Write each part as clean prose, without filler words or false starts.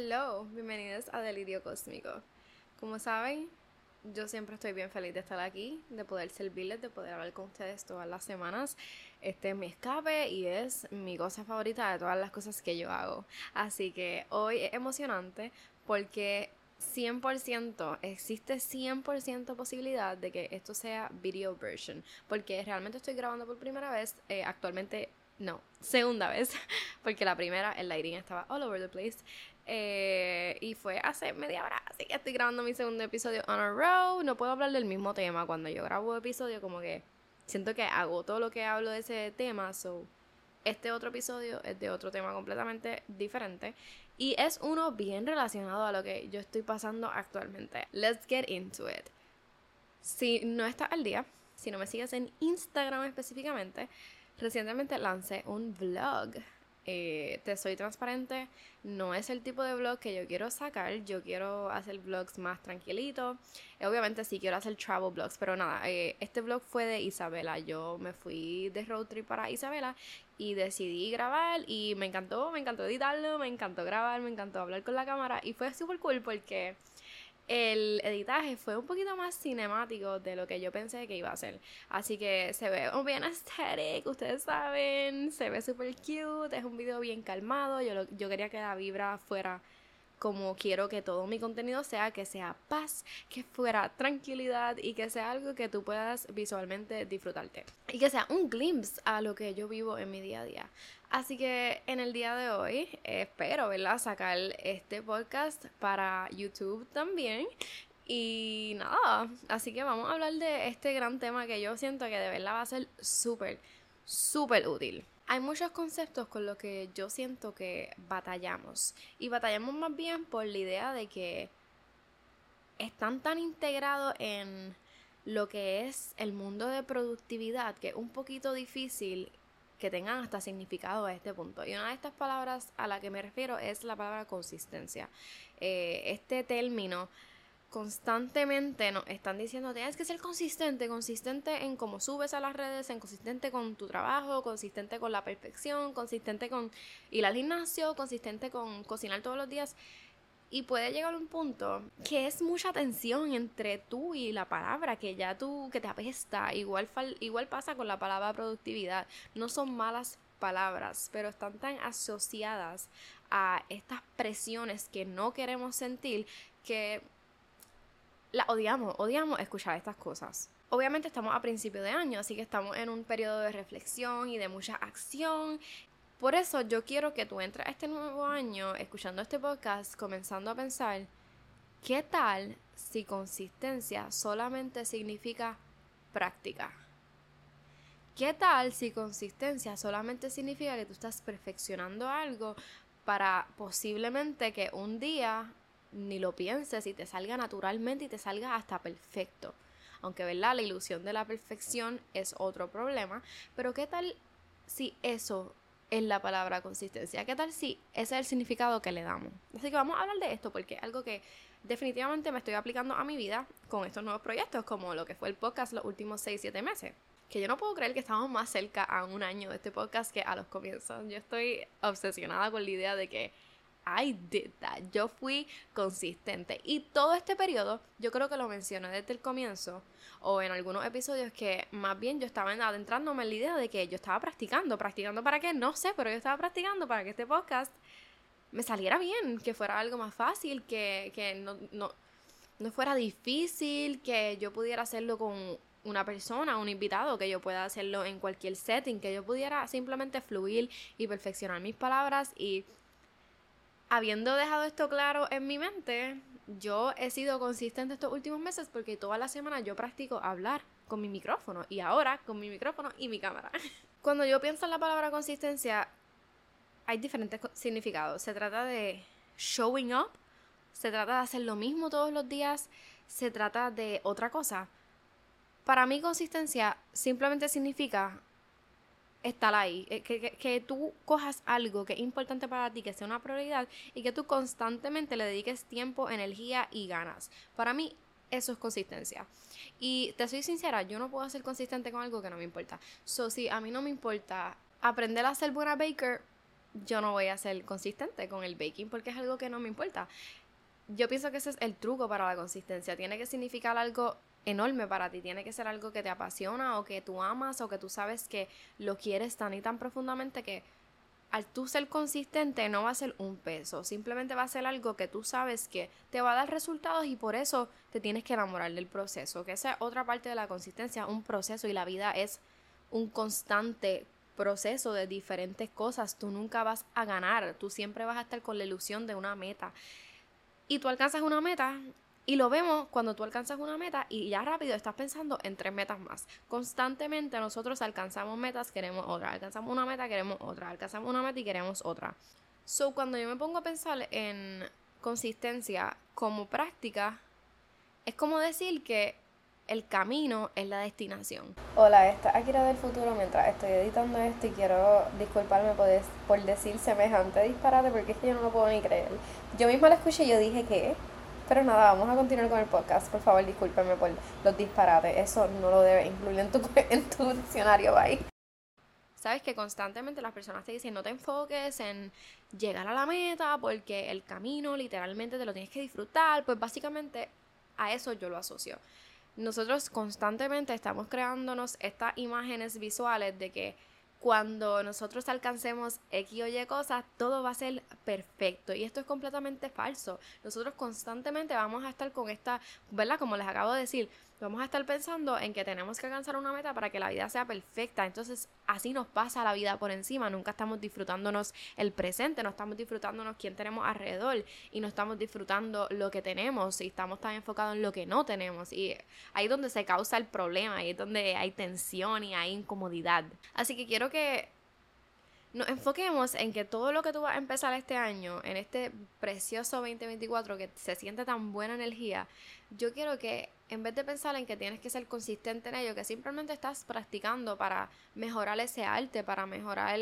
Hello, bienvenidos a Delirio Cósmico. Como saben, yo siempre estoy bien feliz de estar aquí, de poder servirles, de poder hablar con ustedes todas las semanas. Este es mi escape y es mi cosa favorita de todas las cosas que yo hago. Así que hoy es emocionante porque 100%, existe 100% posibilidad de que esto sea video version, porque realmente estoy grabando por primera vez, actualmente no, segunda vez, porque la primera el lighting estaba all over the place. Y fue hace media hora, así que estoy grabando mi segundo episodio on a row. No puedo hablar del mismo tema. Cuando yo grabo episodio, como que siento que hago todo lo que hablo de ese tema. So, este otro episodio es de otro tema completamente diferente. Y es uno bien relacionado a lo que yo estoy pasando actualmente. Let's get into it. Si no estás al día, si no me sigues en Instagram específicamente, recientemente lancé un vlog. Te soy transparente, no es el tipo de vlog que yo quiero sacar. Yo quiero hacer vlogs más tranquilitos. Obviamente sí quiero hacer travel vlogs, pero nada, este vlog fue de Isabela. Yo me fui de road trip para Isabela y decidí grabar y me encantó editarlo, me encantó grabar, me encantó hablar con la cámara y fue súper cool porque el editaje fue un poquito más cinemático de lo que yo pensé que iba a ser. Así que se ve bien aesthetic, ustedes saben, se ve super cute, es un video bien calmado. Yo quería que la vibra fuera como quiero que todo mi contenido sea, que sea paz, que fuera tranquilidad y que sea algo que tú puedas visualmente disfrutarte. Y que sea un glimpse a lo que yo vivo en mi día a día. Así que en el día de hoy espero, ¿verdad?, sacar este podcast para YouTube también. Y nada, así que vamos a hablar de este gran tema que yo siento que de verdad va a ser súper, súper útil. Hay muchos conceptos con los que yo siento que batallamos. Y batallamos más bien por la idea de que están tan integrados en lo que es el mundo de productividad que es un poquito difícil que tengan hasta significado a este punto. Y una de estas palabras a la que me refiero es la palabra consistencia. Este término constantemente nos están diciendo tienes que ser consistente en cómo subes a las redes, en consistente con tu trabajo, consistente con la perfección, consistente con ir al gimnasio, consistente con cocinar todos los días. Y puede llegar a un punto que es mucha tensión entre tú y la palabra, que ya tú, que te apesta. Igual pasa con la palabra productividad. No son malas palabras, pero están tan asociadas a estas presiones que no queremos sentir que odiamos escuchar estas cosas. Obviamente estamos a principio de año, así que estamos en un periodo de reflexión y de mucha acción. Por eso yo quiero que tú entres a este nuevo año escuchando este podcast, comenzando a pensar, ¿qué tal si consistencia solamente significa práctica? ¿Qué tal si consistencia solamente significa que tú estás perfeccionando algo para posiblemente que un día ni lo pienses y te salga naturalmente y te salga hasta perfecto? Aunque, ¿verdad?, la ilusión de la perfección es otro problema, pero ¿qué tal si eso es la palabra consistencia? ¿Qué tal si ese es el significado que le damos? Así que vamos a hablar de esto porque es algo que definitivamente me estoy aplicando a mi vida con estos nuevos proyectos, como lo que fue el podcast los últimos 6-7 meses. Que yo no puedo creer que estamos más cerca a un año de este podcast que a los comienzos. Yo estoy obsesionada con la idea de que I did that. Yo fui consistente. Y todo este periodo, yo creo que lo mencioné desde el comienzo, o en algunos episodios, que más bien yo estaba adentrándome en la idea de que yo estaba practicando. ¿Practicando para qué? No sé, pero yo estaba practicando para que este podcast me saliera bien, que fuera algo más fácil, que no fuera difícil, que yo pudiera hacerlo con una persona, un invitado, que yo pueda hacerlo en cualquier setting, que yo pudiera simplemente fluir y perfeccionar mis palabras. Y habiendo dejado esto claro en mi mente, yo he sido consistente estos últimos meses porque toda la semana yo practico hablar con mi micrófono y ahora con mi micrófono y mi cámara. Cuando yo pienso en la palabra consistencia, hay diferentes significados. Se trata de showing up, se trata de hacer lo mismo todos los días, se trata de otra cosa. Para mí consistencia simplemente significa estar ahí, que tú cojas algo que es importante para ti, que sea una prioridad y que tú constantemente le dediques tiempo, energía y ganas. Para mí eso es consistencia. Y te soy sincera, yo no puedo ser consistente con algo que no me importa. So, si a mí no me importa aprender a ser buena baker, yo no voy a ser consistente con el baking porque es algo que no me importa. Yo pienso que ese es el truco para la consistencia. Tiene que significar algo enorme para ti. Tiene que ser algo que te apasiona o que tú amas o que tú sabes que lo quieres tan y tan profundamente que al tú ser consistente no va a ser un peso. Simplemente va a ser algo que tú sabes que te va a dar resultados y por eso te tienes que enamorar del proceso. Que esa es otra parte de la consistencia, un proceso, y la vida es un constante proceso de diferentes cosas. Tú nunca vas a ganar. Tú siempre vas a estar con la ilusión de una meta. Y tú alcanzas una meta y lo vemos cuando tú alcanzas una meta y ya rápido estás pensando en 3 metas más. Constantemente nosotros alcanzamos metas, queremos otra, alcanzamos una meta, queremos otra, alcanzamos una meta y queremos otra. So, cuando yo me pongo a pensar en consistencia como práctica, es como decir que el camino es la destinación. Hola, esta es Akira del futuro mientras estoy editando esto y quiero disculparme por decir semejante disparate porque es que yo no lo puedo ni creer. Yo misma lo escuché y yo dije ¿qué? Pero nada, vamos a continuar con el podcast. Por favor, discúlpeme por los disparates. Eso no lo debes incluir en tu diccionario, bye. Sabes que constantemente las personas te dicen no te enfoques en llegar a la meta porque el camino literalmente te lo tienes que disfrutar. Pues básicamente a eso yo lo asocio. Nosotros constantemente estamos creándonos estas imágenes visuales de que cuando nosotros alcancemos X o Y cosas, todo va a ser perfecto. Y esto es completamente falso. Nosotros constantemente vamos a estar con esta, ¿verdad? Como les acabo de decir, vamos a estar pensando en que tenemos que alcanzar una meta para que la vida sea perfecta. Entonces, así nos pasa la vida por encima. Nunca estamos disfrutándonos el presente, no estamos disfrutándonos quién tenemos alrededor y no estamos disfrutando lo que tenemos y estamos tan enfocados en lo que no tenemos. Y ahí es donde se causa el problema, ahí es donde hay tensión y hay incomodidad. Así que quiero que nos enfoquemos en que todo lo que tú vas a empezar este año, en este precioso 2024 que se siente tan buena energía, yo quiero que en vez de pensar en que tienes que ser consistente en ello, que simplemente estás practicando para mejorar ese arte, para mejorar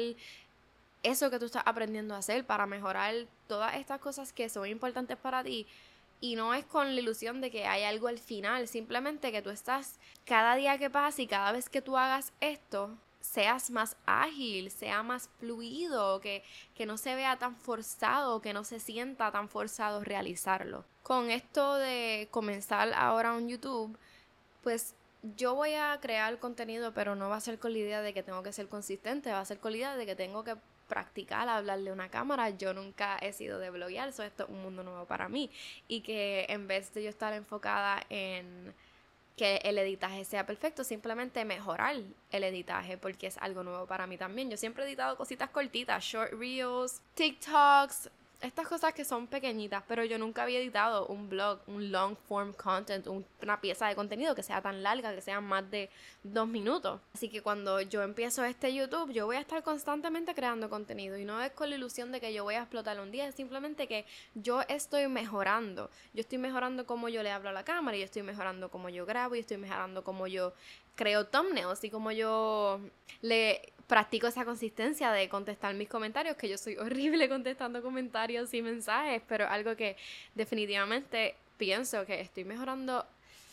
eso que tú estás aprendiendo a hacer, para mejorar todas estas cosas que son importantes para ti. Y no es con la ilusión de que hay algo al final, simplemente que tú estás, cada día que pasa y cada vez que tú hagas esto, seas más ágil, sea más fluido, que no se vea tan forzado, que no se sienta tan forzado realizarlo. Con esto de comenzar ahora un YouTube, pues yo voy a crear contenido, pero no va a ser con la idea de que tengo que ser consistente, va a ser con la idea de que tengo que practicar hablarle a una cámara. Yo nunca he sido de bloguear, esto es un mundo nuevo para mí. Y que en vez de yo estar enfocada en que el editaje sea perfecto, simplemente mejorar el editaje porque es algo nuevo para mí también. Yo siempre he editado cositas cortitas, short reels, TikToks, estas cosas que son pequeñitas, pero yo nunca había editado un blog, un long form content, una pieza de contenido que sea tan larga, que sea más de 2 minutos. Así que cuando yo empiezo este YouTube, yo voy a estar constantemente creando contenido y no es con la ilusión de que yo voy a explotar un día, es simplemente que yo estoy mejorando. Yo estoy mejorando cómo yo le hablo a la cámara, y yo estoy mejorando cómo yo grabo, y estoy mejorando cómo yo creo thumbnails y cómo yo le practico esa consistencia de contestar mis comentarios, que yo soy horrible contestando comentarios y mensajes, pero algo que definitivamente pienso que estoy mejorando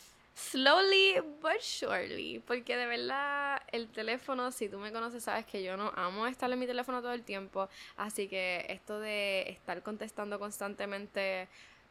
slowly but surely, porque de verdad el teléfono, si tú me conoces sabes que yo no amo estar en mi teléfono todo el tiempo, así que esto de estar contestando constantemente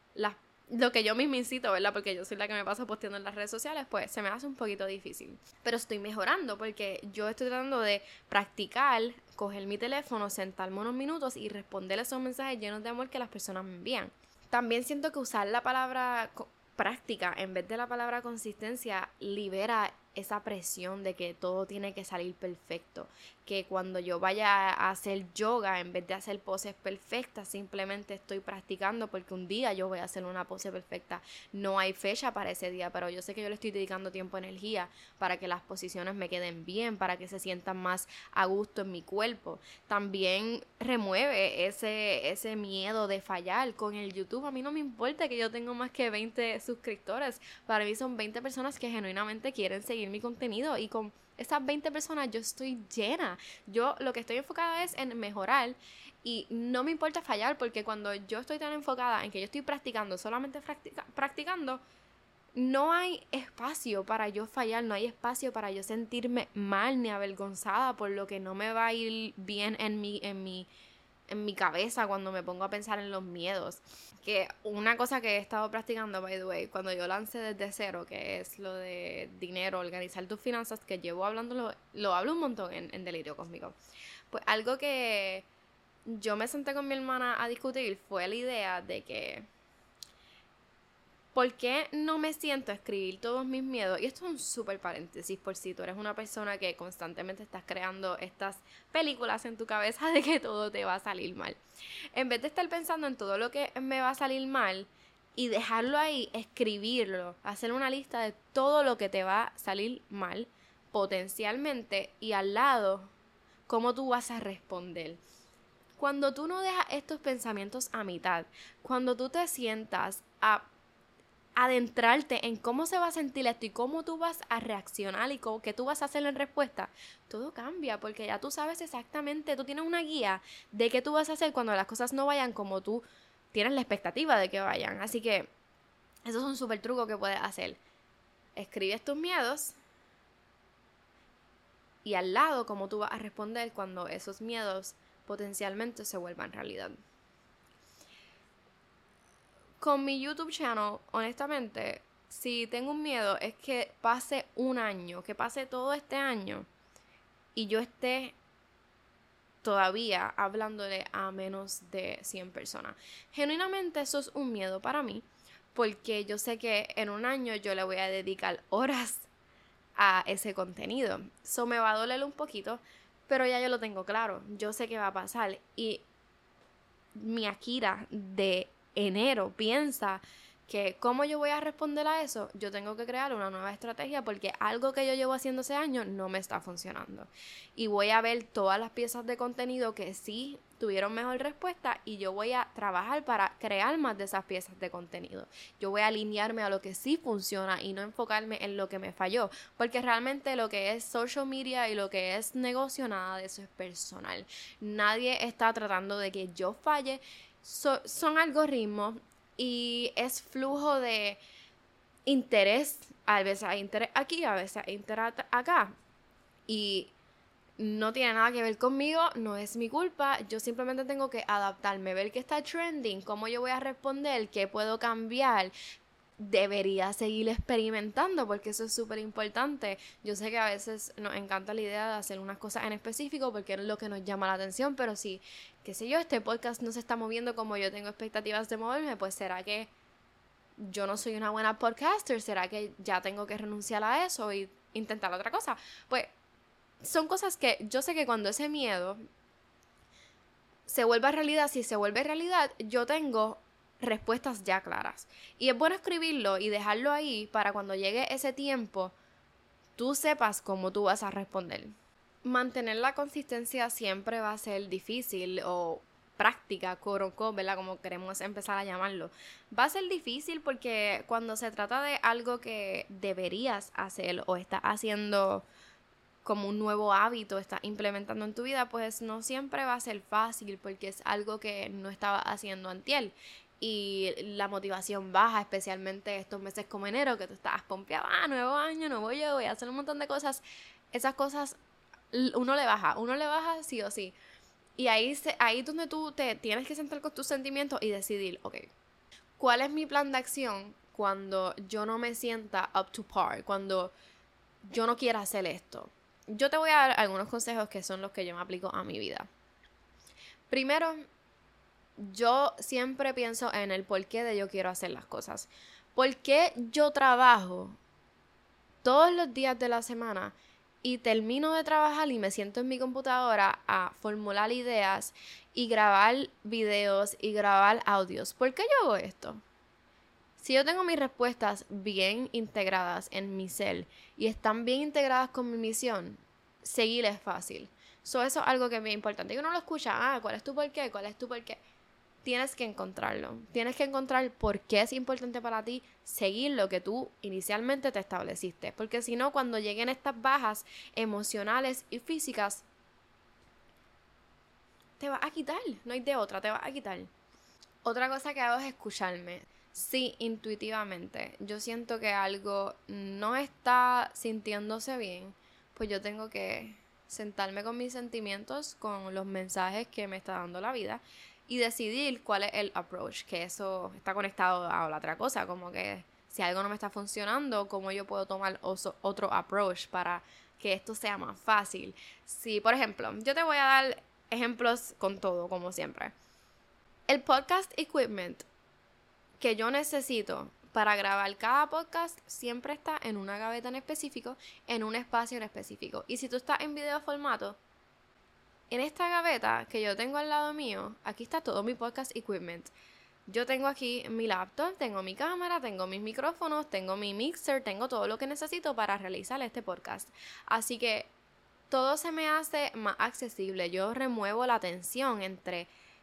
lo que yo misma incito, ¿verdad? Porque yo soy la que me paso posteando en las redes sociales, pues se me hace un poquito difícil. Pero estoy mejorando porque yo estoy tratando de practicar, coger mi teléfono, sentarme unos minutos y responder esos mensajes llenos de amor que las personas me envían. También siento que usar la palabra práctica en vez de la palabra consistencia libera esa presión de que todo tiene que salir perfecto, que cuando yo vaya a hacer yoga, en vez de hacer poses perfectas, simplemente estoy practicando porque un día yo voy a hacer una pose perfecta. No hay fecha para ese día, pero yo sé que yo le estoy dedicando tiempo y energía para que las posiciones me queden bien, para que se sientan más a gusto en mi cuerpo. También remueve ese miedo de fallar. Con el YouTube a mí no me importa que yo tengo más que 20 suscriptores, para mí son 20 personas que genuinamente quieren seguir mi contenido y con esas 20 personas yo estoy llena. Yo lo que estoy enfocada es en mejorar y no me importa fallar porque cuando yo estoy tan enfocada en que yo estoy practicando, solamente practicando, no hay espacio para yo fallar, no hay espacio para yo sentirme mal ni avergonzada por lo que no me va a ir bien en mi en mi cabeza cuando me pongo a pensar en los miedos. Que una cosa que he estado practicando, by the way, cuando yo lancé desde cero, que es lo de dinero, organizar tus finanzas, que llevo hablándolo, lo hablo un montón en Delirio Cósmico. Pues algo que yo me senté con mi hermana a discutir fue la idea de que ¿por qué no me siento a escribir todos mis miedos? Y esto es un súper paréntesis por si tú eres una persona que constantemente estás creando estas películas en tu cabeza de que todo te va a salir mal. En vez de estar pensando en todo lo que me va a salir mal y dejarlo ahí, escribirlo, hacer una lista de todo lo que te va a salir mal potencialmente y al lado cómo tú vas a responder. Cuando tú no dejas estos pensamientos a mitad, cuando tú te sientas a adentrarte en cómo se va a sentir esto y cómo tú vas a reaccionar y qué tú vas a hacer en respuesta, todo cambia porque ya tú sabes exactamente, tú tienes una guía de qué tú vas a hacer cuando las cosas no vayan como tú tienes la expectativa de que vayan. Así que eso es un súper truco que puedes hacer. Escribes tus miedos y al lado cómo tú vas a responder cuando esos miedos potencialmente se vuelvan realidad. Con mi YouTube channel, honestamente, si tengo un miedo es que pase un año, que pase todo este año y yo esté todavía hablándole a menos de 100 personas. Genuinamente eso es un miedo para mí, porque yo sé que en un año yo le voy a dedicar horas a ese contenido. Eso me va a doler un poquito, pero ya yo lo tengo claro. Yo sé qué va a pasar y mi Akira de enero piensa que cómo yo voy a responder a eso, yo tengo que crear una nueva estrategia porque algo que yo llevo haciendo ese año no me está funcionando. Y voy a ver todas las piezas de contenido que sí tuvieron mejor respuesta y yo voy a trabajar para crear más de esas piezas de contenido. Yo voy a alinearme a lo que sí funciona y no enfocarme en lo que me falló, porque realmente lo que es social media y lo que es negocio, nada de eso es personal. Nadie está tratando de que yo falle. Son algoritmos y es flujo de interés. A veces hay interés aquí, a veces hay interés acá. Y no tiene nada que ver conmigo, no es mi culpa. Yo simplemente tengo que adaptarme, ver qué está trending, cómo yo voy a responder, qué puedo cambiar. Debería seguir experimentando porque eso es súper importante. Yo sé que a veces nos encanta la idea de hacer unas cosas en específico porque es lo que nos llama la atención, pero si, qué sé yo, este podcast no se está moviendo como yo tengo expectativas de moverme, pues ¿será que yo no soy una buena podcaster? ¿Será que ya tengo que renunciar a eso y intentar otra cosa? Pues son cosas que yo sé que cuando ese miedo se vuelva realidad, si se vuelve realidad, yo tengo respuestas ya claras. Y es bueno escribirlo y dejarlo ahí para cuando llegue ese tiempo, tú sepas cómo tú vas a responder. Mantener la consistencia siempre va a ser difícil o práctica, ¿verdad? Como queremos empezar a llamarlo. Va a ser difícil porque cuando se trata de algo que deberías hacer o estás haciendo como un nuevo hábito estás implementando en tu vida, pues no siempre va a ser fácil porque es algo que no estaba haciendo antier. Y la motivación baja, especialmente estos meses como enero, que tú estás pompeado, nuevo año, nuevo yo, voy a hacer un montón de cosas. Esas cosas uno le baja sí o sí. Y ahí es donde tú te tienes que sentar con tus sentimientos y decidir, ok, ¿cuál es mi plan de acción cuando yo no me sienta up to par? Cuando yo no quiera hacer esto. Yo te voy a dar algunos consejos que son los que yo me aplico a mi vida. Primero, yo siempre pienso en el porqué de yo quiero hacer las cosas. ¿Por qué yo trabajo todos los días de la semana y termino de trabajar y me siento en mi computadora a formular ideas y grabar videos y grabar audios? ¿Por qué yo hago esto? Si yo tengo mis respuestas bien integradas en mi ser y están bien integradas con mi misión, seguir es fácil. Eso es algo que es muy importante. Y uno lo escucha, ¿cuál es tu por qué? ¿Cuál es tu por qué? Tienes que encontrarlo. Tienes que encontrar por qué es importante para ti seguir lo que tú inicialmente te estableciste. Porque si no, cuando lleguen estas bajas emocionales y físicas, te va a quitar. No hay de otra, te va a quitar. Otra cosa que hago es escucharme. Sí, intuitivamente. Yo siento que algo no está sintiéndose bien, pues yo tengo que sentarme con mis sentimientos, con los mensajes que me está dando la vida y decidir cuál es el approach, que eso está conectado a la otra cosa, como que si algo no me está funcionando, cómo yo puedo tomar otro approach para que esto sea más fácil. Si, por ejemplo, yo te voy a dar ejemplos con todo, como siempre. El podcast equipment que yo necesito para grabar cada podcast siempre está en una gaveta en específico, en un espacio en específico. Y si tú estás en video formato, en esta gaveta que yo tengo al lado mío, aquí está todo mi podcast equipment. Yo tengo aquí mi laptop, tengo mi cámara, tengo mis micrófonos, tengo mi mixer, tengo todo lo que necesito para realizar este podcast. Así que todo se me hace más accesible. Yo remuevo la tensión entre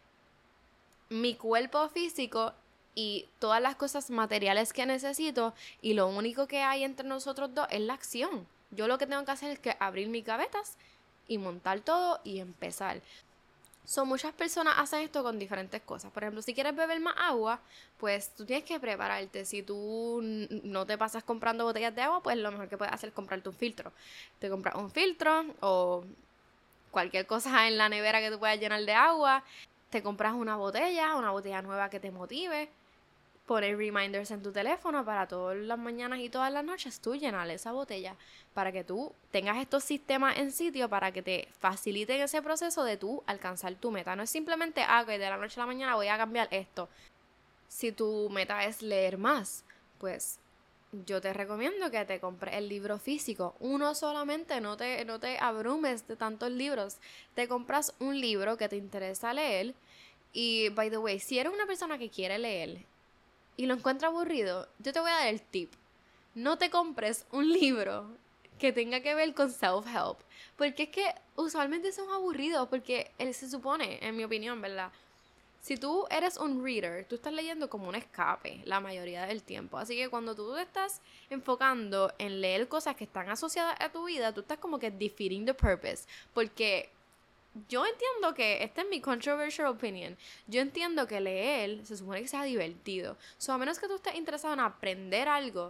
mi cuerpo físico y todas las cosas materiales que necesito, y lo único que hay entre nosotros dos es la acción. Yo lo que tengo que hacer es que abrir mis gavetas y montar todo y empezar. Muchas personas hacen esto con diferentes cosas. Por ejemplo, si quieres beber más agua, pues tú tienes que prepararte. Si tú no te pasas comprando botellas de agua, pues lo mejor que puedes hacer es comprarte un filtro. Te compras un filtro o cualquier cosa en la nevera que tú puedas llenar de agua. Te compras una botella nueva que te motive. Poner reminders en tu teléfono para todas las mañanas y todas las noches tú llenar esa botella, para que tú tengas estos sistemas en sitio para que te faciliten ese proceso de tú alcanzar tu meta. No es simplemente, que de la noche a la mañana voy a cambiar esto. Si tu meta es leer más, pues yo te recomiendo que te compres el libro físico. Uno solamente, no te abrumes de tantos libros. Te compras un libro que te interesa leer. Y, by the way, si eres una persona que quiere leer y lo encuentras aburrido, yo te voy a dar el tip. No te compres un libro que tenga que ver con self-help, porque es que usualmente son aburridos, porque él se supone, en mi opinión, ¿verdad? Si tú eres un reader, tú estás leyendo como un escape la mayoría del tiempo. Así que cuando tú te estás enfocando en leer cosas que están asociadas a tu vida, tú estás como que defeating the purpose, porque yo entiendo que, esta es mi controversial opinion, yo entiendo que leer se supone que sea divertido. A menos que tú estés interesado en aprender algo,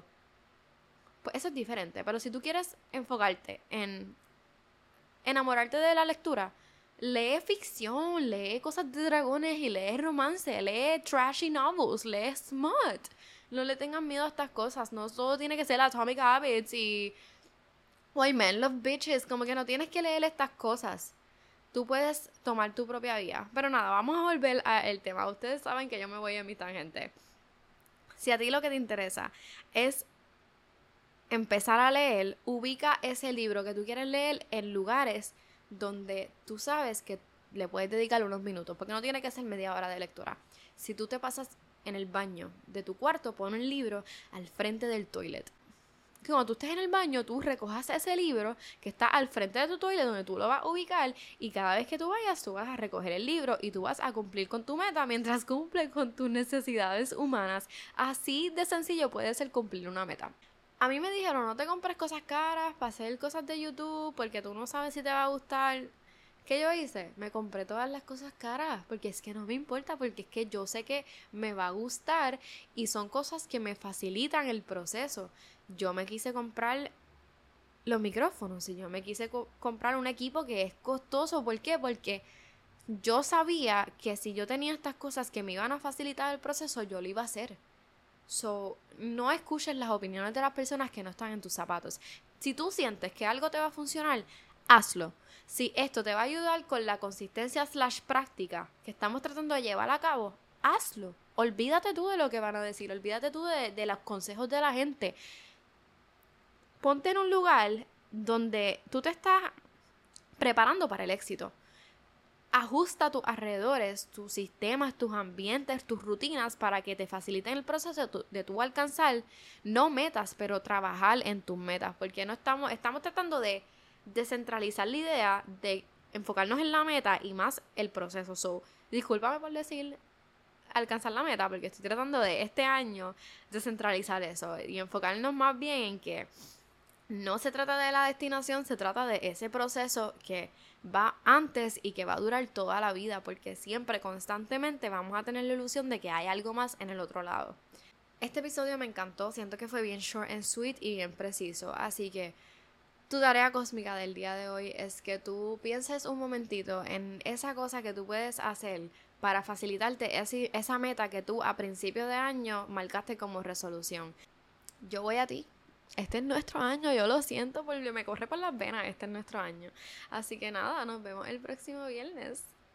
pues eso es diferente. Pero si tú quieres enfocarte en enamorarte de la lectura, lee ficción, lee cosas de dragones y lee romance, lee trashy novels, lee smut. No le tengan miedo a estas cosas. No todo tiene que ser Atomic Habits y Why Men Love Bitches. Como que no tienes que leer estas cosas. Tú puedes tomar tu propia vía. Pero nada, vamos a volver al tema. Ustedes saben que yo me voy a mi tangente. Si a ti lo que te interesa es empezar a leer, ubica ese libro que tú quieres leer en lugares donde tú sabes que le puedes dedicar unos minutos, porque no tiene que ser media hora de lectura. Si tú te pasas en el baño de tu cuarto, pon un libro al frente del toilet. Que cuando tú estés en el baño, tú recojas ese libro que está al frente de tu toilet, donde tú lo vas a ubicar, y cada vez que tú vayas, tú vas a recoger el libro y tú vas a cumplir con tu meta mientras cumples con tus necesidades humanas. Así de sencillo puede ser cumplir una meta. A mí me dijeron, no te compres cosas caras para hacer cosas de YouTube porque tú no sabes si te va a gustar. ¿Qué yo hice? Me compré todas las cosas caras porque es que no me importa, porque es que yo sé que me va a gustar y son cosas que me facilitan el proceso. Yo me quise comprar los micrófonos y yo me quise comprar un equipo que es costoso. ¿Por qué? Porque yo sabía que si yo tenía estas cosas que me iban a facilitar el proceso, yo lo iba a hacer. No escuches las opiniones de las personas que no están en tus zapatos. Si tú sientes que algo te va a funcionar, hazlo. Si esto te va a ayudar con la consistencia / práctica que estamos tratando de llevar a cabo, hazlo. Olvídate tú de lo que van a decir, olvídate tú de los consejos de la gente. Ponte en un lugar donde tú te estás preparando para el éxito. Ajusta tus alrededores, tus sistemas, tus ambientes, tus rutinas para que te faciliten el proceso de tú alcanzar, no metas, pero trabajar en tus metas, porque no estamos tratando de descentralizar la idea de enfocarnos en la meta y más el proceso. Discúlpame por decir alcanzar la meta, porque estoy tratando de este año descentralizar eso y enfocarnos más bien en que no se trata de la destinación, se trata de ese proceso que va antes y que va a durar toda la vida, porque siempre, constantemente vamos a tener la ilusión de que hay algo más en el otro lado. Este episodio me encantó, siento que fue bien short and sweet y bien preciso, así que Tu tarea cósmica del día de hoy es que tú pienses un momentito en esa cosa que tú puedes hacer para facilitarte esa meta que tú a principio de año marcaste como resolución. Yo voy a ti. Este es nuestro año, yo lo siento porque me corre por las venas, este es nuestro año. Así que nada, nos vemos el próximo viernes.